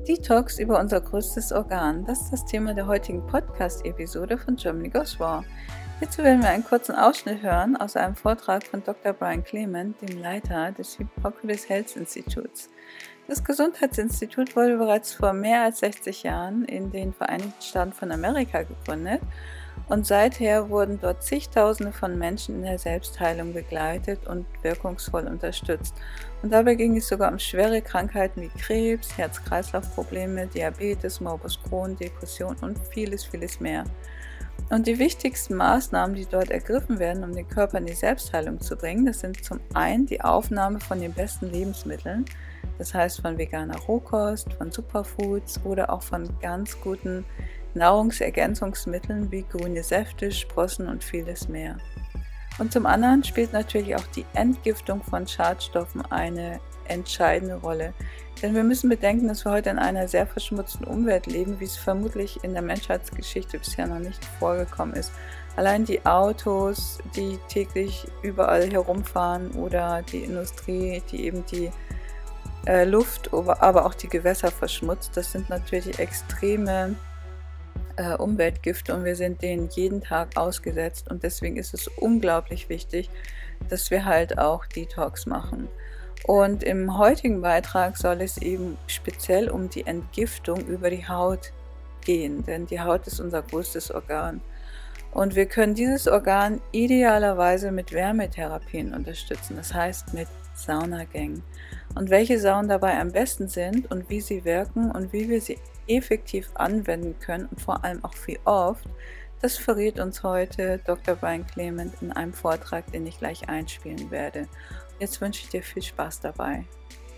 Detox über unser größtes Organ. Das ist das Thema der heutigen Podcast-Episode von Germany Goes Raw. Hierzu werden wir einen kurzen Ausschnitt hören aus einem Vortrag von Dr. Brian Clement, dem Leiter des Hippocrates Health Instituts. Das Gesundheitsinstitut wurde bereits vor mehr als 60 Jahren in den Vereinigten Staaten von Amerika gegründet und seither wurden dort zigtausende von Menschen in der Selbstheilung begleitet und wirkungsvoll unterstützt. Und dabei ging es sogar um schwere Krankheiten wie Krebs, Herz-Kreislauf-Probleme, Diabetes, Morbus Crohn, Depression und vieles, vieles mehr. Und die wichtigsten Maßnahmen, die dort ergriffen werden, um den Körper in die Selbstheilung zu bringen, das sind zum einen die Aufnahme von den besten Lebensmitteln, das heißt von veganer Rohkost, von Superfoods oder auch von ganz guten Nahrungsergänzungsmitteln wie grüne Säfte, Sprossen und vieles mehr. Und zum anderen spielt natürlich auch die Entgiftung von Schadstoffen eine entscheidende Rolle. Denn wir müssen bedenken, dass wir heute in einer sehr verschmutzten Umwelt leben, wie es vermutlich in der Menschheitsgeschichte bisher noch nicht vorgekommen ist. Allein die Autos, die täglich überall herumfahren oder die Industrie, die eben die Luft, aber auch die Gewässer verschmutzt, das sind natürlich extreme Umweltgifte und wir sind denen jeden Tag ausgesetzt und deswegen ist es unglaublich wichtig, dass wir halt auch Detox machen. Und im heutigen Beitrag soll es eben speziell um die Entgiftung über die Haut gehen, denn die Haut ist unser größtes Organ. Und wir können dieses Organ idealerweise mit Wärmetherapien unterstützen, das heißt mit Saunagängen. Und welche Saunen dabei am besten sind und wie sie wirken und wie wir sie effektiv anwenden können und vor allem auch wie oft, das verrät uns heute Dr. Brian Clement in einem Vortrag, den ich gleich einspielen werde. Jetzt wünsche ich dir viel Spaß dabei.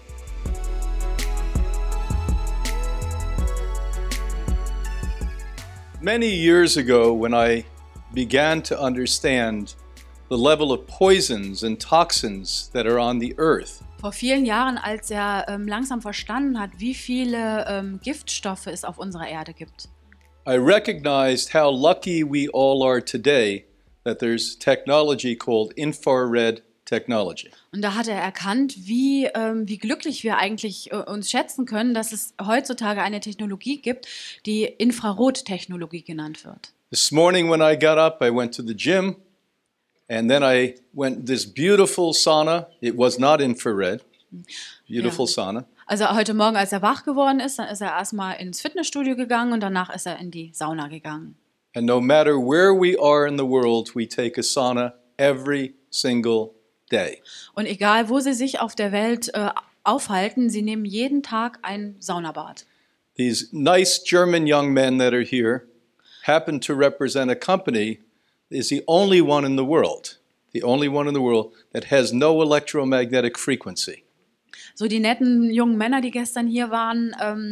Many years ago, when I began to understand the level of poisons and toxins that are on the earth, Vor vielen Jahren, als er langsam verstanden hat, wie viele Giftstoffe es auf unserer Erde gibt, I recognized how lucky we all are today that there's technology called infrared technology. und da hat er erkannt, wie glücklich wir eigentlich uns schätzen können, dass es heutzutage eine Technologie gibt, die Infrarottechnologie genannt wird. This morning when I got up, I went to the gym, and then I went this beautiful sauna. It was not infrared. Beautiful sauna. Also heute Morgen, als er wach geworden ist, dann ist er erstmal ins Fitnessstudio gegangen und danach ist er in die Sauna gegangen. And no matter where we are in the world, we take a sauna every single day. Und egal, wo sie sich auf der Welt aufhalten, sie nehmen jeden Tag ein Saunabad. These nice German young men that are here happen to represent a company that is the only one in the world that has no electromagnetic frequency. So die netten jungen Männer, die gestern hier waren,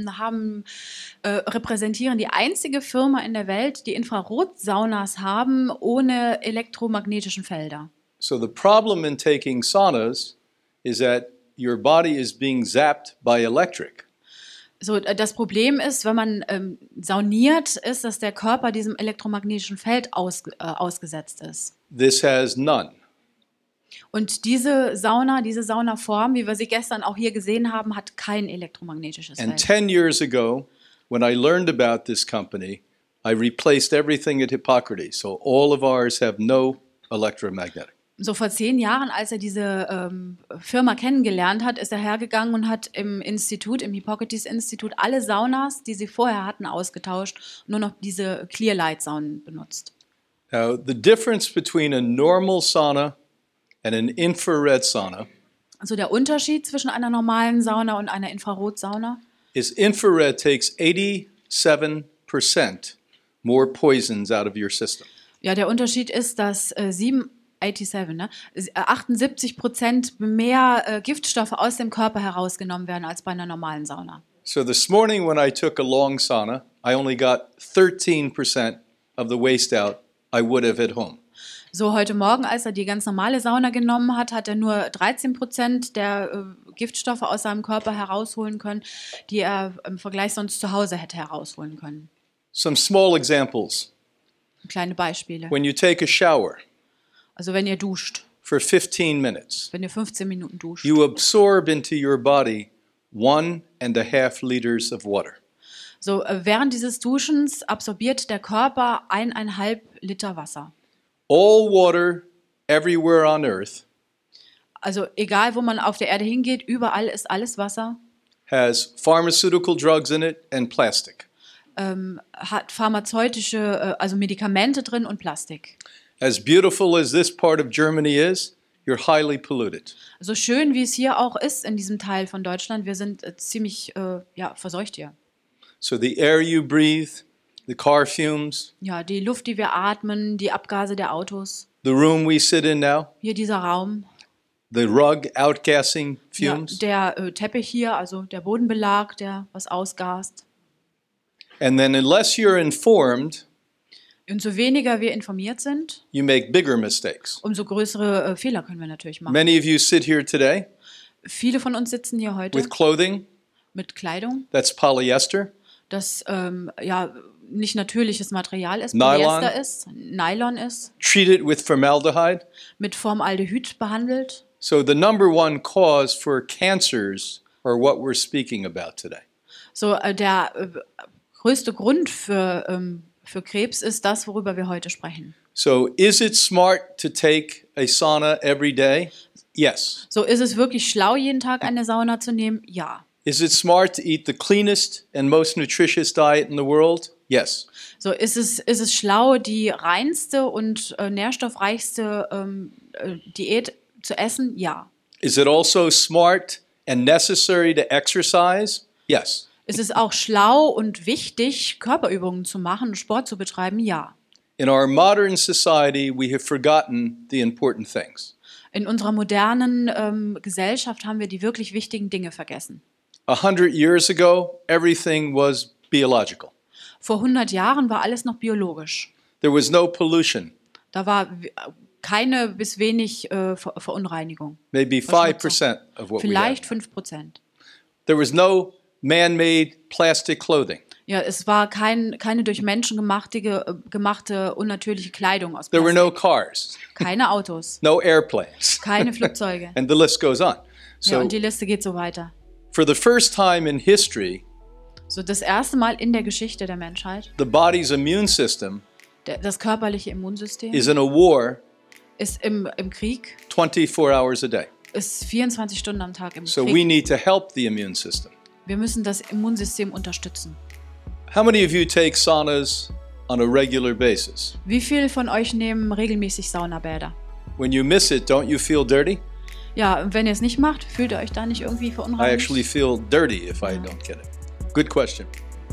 repräsentieren die einzige Firma in der Welt, die Infrarotsaunas haben ohne elektromagnetischen Felder. So the problem in taking saunas is that your body is being zapped by electric. So, das Problem ist, wenn man sauniert, ist, dass der Körper diesem elektromagnetischen Feld ausgesetzt ist. This has none. Und diese Saunaform, wie wir sie gestern auch hier gesehen haben, hat kein elektromagnetisches And Feld. 10 years ago, when I learned about this company, I replaced everything at Hippocrates. So all of ours have no electromagnetic. So vor 10 Jahren, als er diese Firma kennengelernt hat, ist er hergegangen und hat im Hippocrates-Institut, alle Saunas, die sie vorher hatten, ausgetauscht und nur noch diese Clear-Light-Saunen benutzt. Now, the difference between a normal sauna and an infrared sauna Also der Unterschied zwischen einer normalen Sauna und einer Infrarotsauna is infrared takes 87% more poisons out of your system. Ja, der Unterschied ist, dass 78% mehr Giftstoffe aus dem Körper herausgenommen werden als bei einer normalen Sauna. So this morning when I took a long sauna, I only got 13% of the waste out I would have at home. So heute Morgen, als er die ganz normale Sauna genommen hat, hat er nur 13% der Giftstoffe aus seinem Körper herausholen können, die er im Vergleich sonst zu Hause hätte herausholen können. Some small examples. Kleine Beispiele. When you take a shower Also wenn ihr duscht, for 15 minutes, wenn ihr 15 Minuten duscht, you absorb into your body 1.5 liters of water. So, während dieses Duschens absorbiert der Körper 1,5 Liter Wasser. All water everywhere on earth Also egal, wo man auf der Erde hingeht, überall ist alles Wasser. has pharmaceutical drugs in it and plastic. Hat pharmazeutische, also Medikamente drin und Plastik. As beautiful as this part of Germany is, you're highly polluted. So schön wie es hier auch ist in diesem Teil von Deutschland, wir sind ziemlich verseucht hier. So the air you breathe, the car fumes, Ja, die Luft, die wir atmen, die Abgase der Autos, the room we sit in now, hier dieser Raum, the rug outgassing ja, fumes, der Teppich hier, also der Bodenbelag, der was ausgast. and then unless you're informed, Und so weniger wir informiert sind, you make bigger mistakes. umso größere Fehler können wir natürlich machen. Many of you sit here today Viele von uns sitzen hier heute with clothing mit Kleidung, that's polyester, das nicht natürliches Material ist, Nylon. Polyester ist, Nylon ist, treated with formaldehyde. mit Formaldehyd behandelt. So the number one cause for cancers are what we're speaking about today. So der größte Grund für Krebs ist das, worüber wir heute sprechen. So is it smart to take a sauna every day? Yes. So ist es wirklich schlau, jeden Tag eine Sauna zu nehmen? Ja. Is it smart to eat the cleanest and most nutritious diet in the world? Yes. So ist es schlau, die reinste und nährstoffreichste Diät zu essen? Ja. Is it also smart and necessary to exercise? Yes. Ist es auch schlau und wichtig, Körperübungen zu machen und Sport zu betreiben? Ja. In our modern society, we have forgotten the important things. In unserer modernen Gesellschaft haben wir die wirklich wichtigen Dinge vergessen. 100 years ago, everything was biological. Vor 100 Jahren war alles noch biologisch. There was no pollution. Da war keine bis wenig Verunreinigung. Maybe 5% of what we Vielleicht have. 5%. There was no man-made plastic clothing. Ja, es war keine durch Menschen gemachte unnatürliche Kleidung aus There were Plastik. no cars, Keine Autos, no airplanes, keine Flugzeuge. and the list goes on. Ja, So und die Liste geht so weiter. for the first time in history, So das erste Mal in der Geschichte der Menschheit, the body's immune system das körperliche Immunsystem is in a war ist im Krieg, 24 hours a day. ist 24 Stunden am Tag im So we Krieg. need to help the immune system. Wir müssen das Immunsystem unterstützen. How many of you take saunas on a regular basis? Wie viele von euch nehmen regelmäßig Saunabäder? When you miss it, don't you feel dirty? Ja, und wenn ihr es nicht macht, fühlt ihr euch da nicht irgendwie I verunreinigt? actually feel dirty if I don't get it. Good question.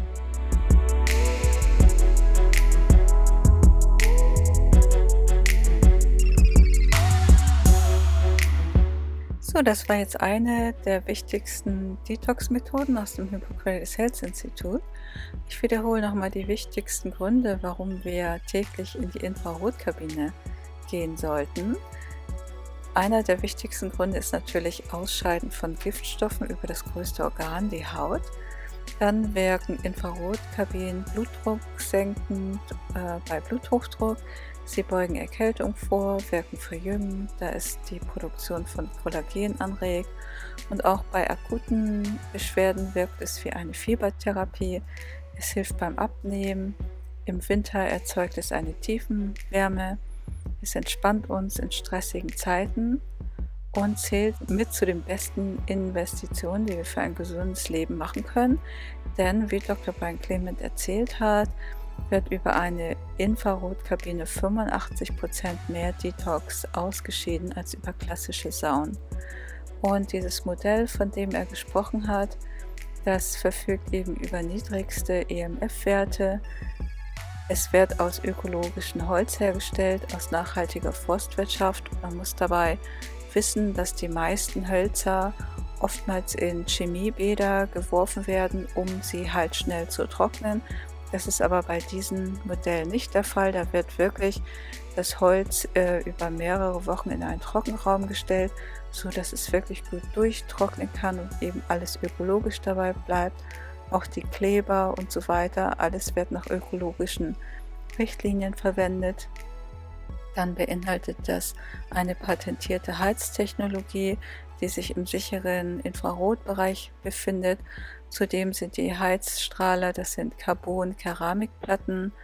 So, das war jetzt eine der wichtigsten Detox-Methoden aus dem Hippocrates Health Institute. Ich wiederhole nochmal die wichtigsten Gründe, warum wir täglich in die Infrarotkabine gehen sollten. Einer der wichtigsten Gründe ist natürlich Ausscheiden von Giftstoffen über das größte Organ, die Haut. Dann wirken Infrarotkabinen Blutdruck senkend bei Bluthochdruck. Sie beugen Erkältung vor, wirken verjüngend, da es die Produktion von Kollagen anregt. Und auch bei akuten Beschwerden wirkt es wie eine Fiebertherapie. Es hilft beim Abnehmen. Im Winter erzeugt es eine Tiefenwärme. Es entspannt uns in stressigen Zeiten und zählt mit zu den besten Investitionen, die wir für ein gesundes Leben machen können. Denn, wie Dr. Brian Clement erzählt hat, wird über eine Infrarotkabine 85% mehr Detox ausgeschieden als über klassische Saunen. Und dieses Modell, von dem er gesprochen hat, das verfügt eben über niedrigste EMF-Werte. Es wird aus ökologischem Holz hergestellt, aus nachhaltiger Forstwirtschaft. Man muss dabei wissen, dass die meisten Hölzer oftmals in Chemiebäder geworfen werden, um sie halt schnell zu trocknen. Das ist aber bei diesem Modell nicht der Fall. Da wird wirklich das Holz über mehrere Wochen in einen Trockenraum gestellt, so dass es wirklich gut durchtrocknen kann und eben alles ökologisch dabei bleibt. Auch die Kleber und so weiter, alles wird nach ökologischen Richtlinien verwendet. Dann beinhaltet das eine patentierte Heiztechnologie, die sich im sicheren Infrarotbereich befindet. Zudem sind die Heizstrahler, das sind Carbon-Keramikplatten,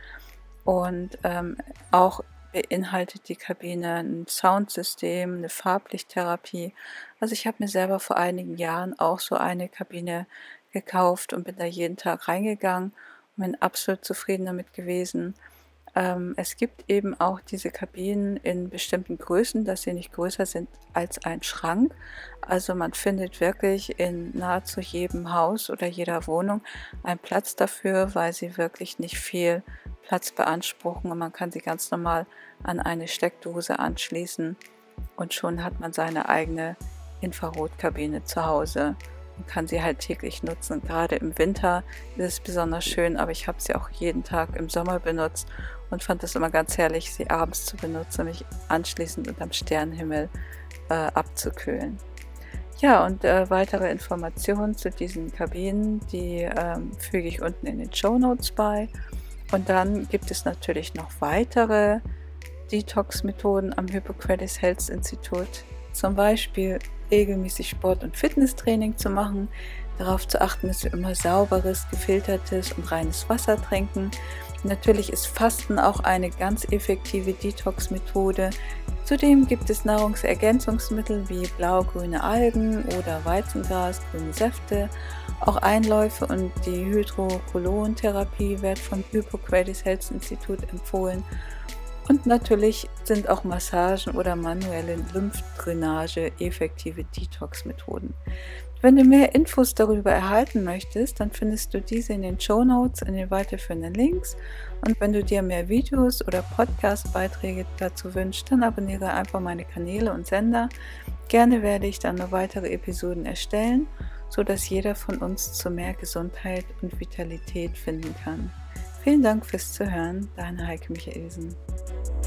und auch beinhaltet die Kabine ein Soundsystem, eine Farblichttherapie. Also ich habe mir selber vor einigen Jahren auch so eine Kabine gekauft und bin da jeden Tag reingegangen und bin absolut zufrieden damit gewesen. Es gibt eben auch diese Kabinen in bestimmten Größen, dass sie nicht größer sind als ein Schrank. Also man findet wirklich in nahezu jedem Haus oder jeder Wohnung einen Platz dafür, weil sie wirklich nicht viel Platz beanspruchen und man kann sie ganz normal an eine Steckdose anschließen und schon hat man seine eigene Infrarotkabine zu Hause und kann sie halt täglich nutzen. Gerade im Winter ist es besonders schön, aber ich habe sie auch jeden Tag im Sommer benutzt und fand es immer ganz herrlich, sie abends zu benutzen, mich anschließend unterm Sternenhimmel abzukühlen. Ja, und weitere Informationen zu diesen Kabinen, die füge ich unten in den Shownotes bei. Und dann gibt es natürlich noch weitere Detox-Methoden am Hippocrates Health Institute. Zum Beispiel regelmäßig Sport- und Fitnesstraining zu machen, darauf zu achten, dass wir immer sauberes, gefiltertes und reines Wasser trinken. Natürlich ist Fasten auch eine ganz effektive Detox-Methode. Zudem gibt es Nahrungsergänzungsmittel wie blau-grüne Algen oder Weizengras, grüne Säfte. Auch Einläufe und die Hydrokolon-Therapie wird vom Hippocrates Health Institute empfohlen. Und natürlich sind auch Massagen oder manuelle Lymphdrainage effektive Detox-Methoden. Wenn du mehr Infos darüber erhalten möchtest, dann findest du diese in den Shownotes, in den weiterführenden Links. Und wenn du dir mehr Videos oder Podcast-Beiträge dazu wünschst, dann abonniere einfach meine Kanäle und Sender. Gerne werde ich dann noch weitere Episoden erstellen, sodass jeder von uns zu mehr Gesundheit und Vitalität finden kann. Vielen Dank fürs Zuhören, deine Heike Michaelsen.